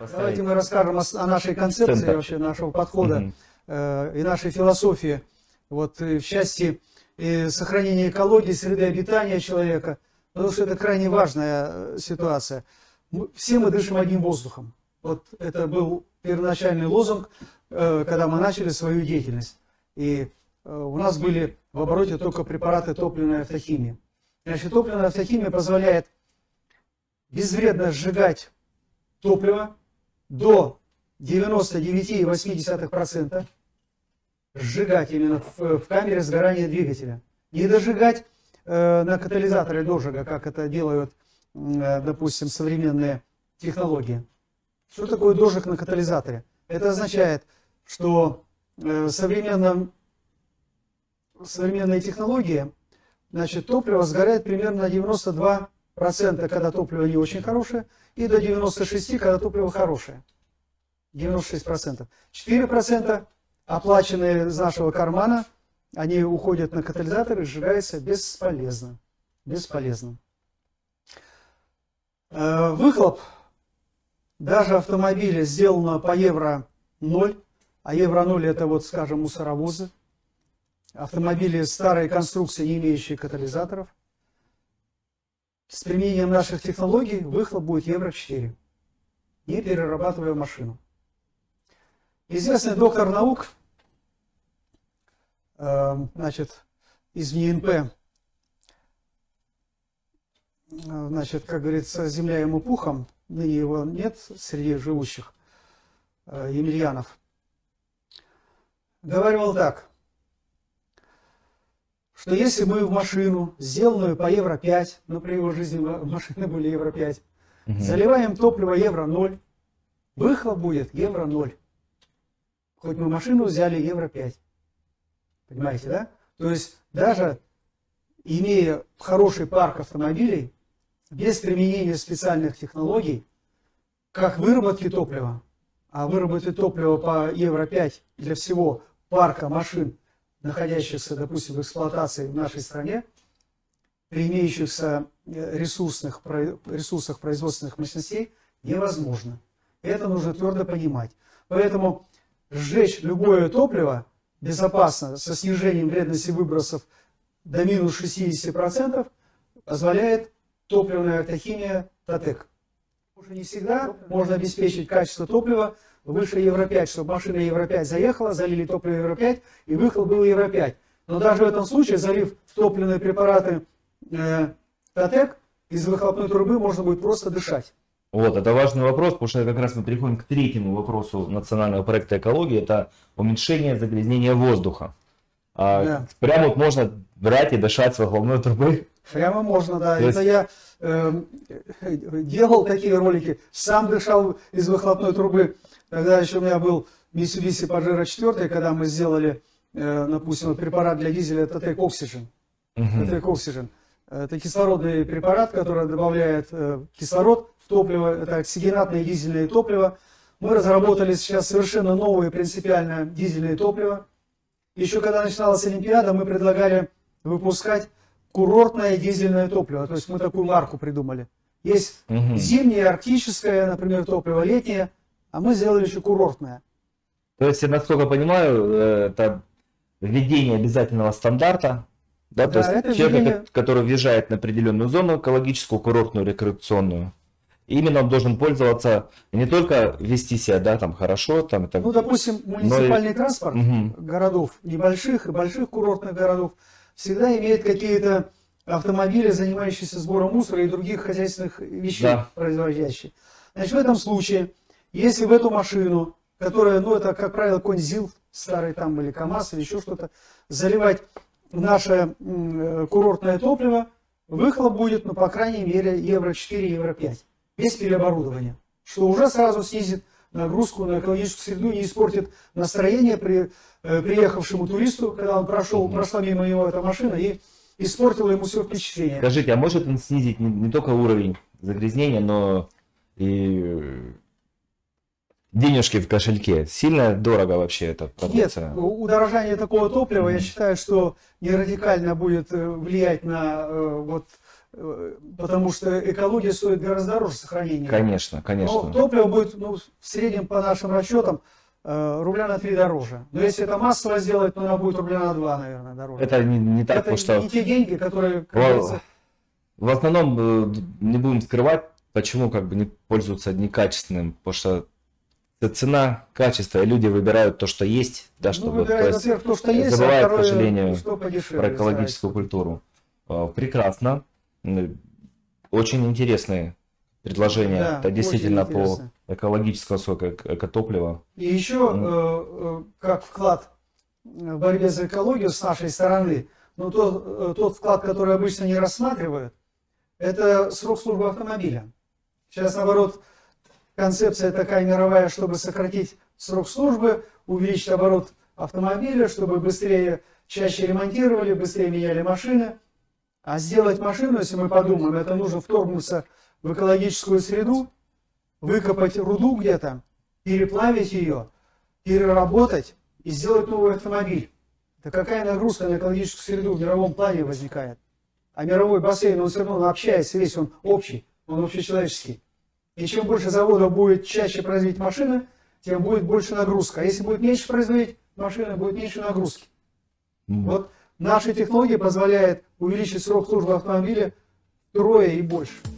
Давайте мы расскажем о нашей концепции, вообще нашего подхода и нашей философии. Вот в части сохранения экологии, среды обитания человека, потому что это крайне важная ситуация. Все мы дышим одним воздухом. Вот это был первоначальный лозунг, когда мы начали свою деятельность. И у нас были в обороте только препараты топливной автохимии. Значит, топливная автохимия позволяет безвредно сжигать топливо до 99,8%, сжигать именно в камере сгорания двигателя. Не дожигать на катализаторе дожига, как это делают, допустим, современные технологии. Что такое дожиг на катализаторе? Это означает, что современные технологии, значит, топливо сгорает примерно на 92%, когда топливо не очень хорошее, и до 96%, когда топливо хорошее. 96%. 4% оплаченные из нашего кармана, они уходят на катализатор и сжигаются бесполезно. Бесполезно. Выхлоп даже автомобиля сделано по Евро-0, а Евро-0 это вот, скажем, мусоровозы, автомобили старой конструкции, не имеющие катализаторов. С применением наших технологий выхлоп будет Евро-4, не перерабатывая машину. Известный доктор наук, значит, из ВНП, значит, как говорится, земля ему пухом, ныне его нет среди живущих, Емельянов, говорил так, что если мы в машину, сделанную по Евро-5, но при его жизни машины были Евро-5, заливаем топливо Евро-0, выхлоп будет Евро-0. Хоть мы машину взяли Евро-5. Понимаете, да? То есть даже имея хороший парк автомобилей, без применения специальных технологий, как выработки топлива, а выработать топливо по Евро-5 для всего парка машин, находящихся, допустим, в эксплуатации в нашей стране, при имеющихся ресурсах производственных мощностей, невозможно. Это нужно твердо понимать. Поэтому сжечь любое топливо безопасно со снижением вредности выбросов до минус 60% позволяет топливная автохимия ТАТЭК. Уже не всегда можно обеспечить качество топлива выше Евро-5, чтобы машина Евро-5 заехала, залили топливо Евро-5 и выхлоп был Евро-5. Но даже в этом случае, залив топливные препараты ТАТЭК, из выхлопной трубы можно будет просто дышать. Вот, это важный вопрос, потому что как раз мы переходим к третьему вопросу национального проекта экологии, это уменьшение загрязнения воздуха. Да. Прямо вот можно брать и дышать с выхлопной трубы. Прямо можно, да. Это я делал такие ролики, сам дышал из выхлопной трубы. Тогда еще у меня был Mitsubishi Pajero 4, когда мы сделали, допустим, препарат для дизеля ТАТЭК Oxygen. ТАТЭК Oxygen. Это кислородный препарат, который добавляет кислород в топливо, это оксигенатное дизельное топливо. Мы разработали сейчас совершенно новое принципиальное дизельное топливо. Еще когда начиналась Олимпиада, мы предлагали выпускать курортное дизельное топливо. То есть мы такую марку придумали. Есть зимнее, арктическое, например, топливо, летнее, а мы сделали еще курортное. То есть, насколько я понимаю, это введение обязательного стандарта. Да, то есть человек, который въезжает на определенную зону экологическую, курортную, рекреационную, именно он должен пользоваться, не только вести себя, да, там хорошо, там, ну, допустим, муниципальный транспорт городов, небольших и больших курортных городов, всегда имеет какие-то автомобили, занимающиеся сбором мусора и других хозяйственных вещей, производящих. Значит, в этом случае, если в эту машину, которая, ну, это, как правило, какой-нибудь ЗИЛ старый там, или КАМАЗ, или еще что-то, заливать наше курортное топливо, выхлоп будет, ну, по крайней мере, Евро-4, Евро-5, без переоборудования, что уже сразу снизит нагрузку на экологическую среду и не испортит настроение приехавшему туристу, когда он прошла мимо него эта машина и испортила ему все впечатление. Скажите, а может он снизить не только уровень загрязнения, но и денежки в кошельке? Сильно дорого вообще эта продукция? Нет, удорожание такого топлива, я считаю, что не радикально будет влиять на вот, потому что экология стоит гораздо дороже сохранения. Конечно, конечно. Но топливо будет, ну, в среднем по нашим расчетам, рубля на 3 дороже. Но если это массово сделать, то она будет рубля на 2, наверное, дороже. Это не так, это потому что... не те деньги, которые, как говорится... В основном, не будем скрывать, почему как бы не пользуются некачественным, потому что цена, качество, и люди выбирают то, что есть, да, чтобы... выбирают, во-первых, то, что есть, забывают, а второе, к сожалению, что подешевле, про экологическую культуру. Прекрасно. Очень интересные предложения. Да, это действительно по экологическому соку, экотоплива. И еще, как вклад в борьбе за экологию с нашей стороны, но тот вклад, который обычно не рассматривают, это срок службы автомобиля. Сейчас, наоборот, концепция такая мировая, чтобы сократить срок службы, увеличить оборот автомобиля, чтобы быстрее, чаще ремонтировали, быстрее меняли машины. А сделать машину, если мы подумаем, это нужно вторгнуться в экологическую среду, выкопать руду где-то, переплавить ее, переработать и сделать новый автомобиль. Это какая нагрузка на экологическую среду в мировом плане возникает. А мировой бассейн, он все равно общается весь, он общий, он общечеловеческий. И чем больше заводов будет чаще производить машины, тем будет больше нагрузка. А если будет меньше производить машины, будет меньше нагрузки. Вот наши технологии позволяют увеличить срок службы автомобиля втрое и больше.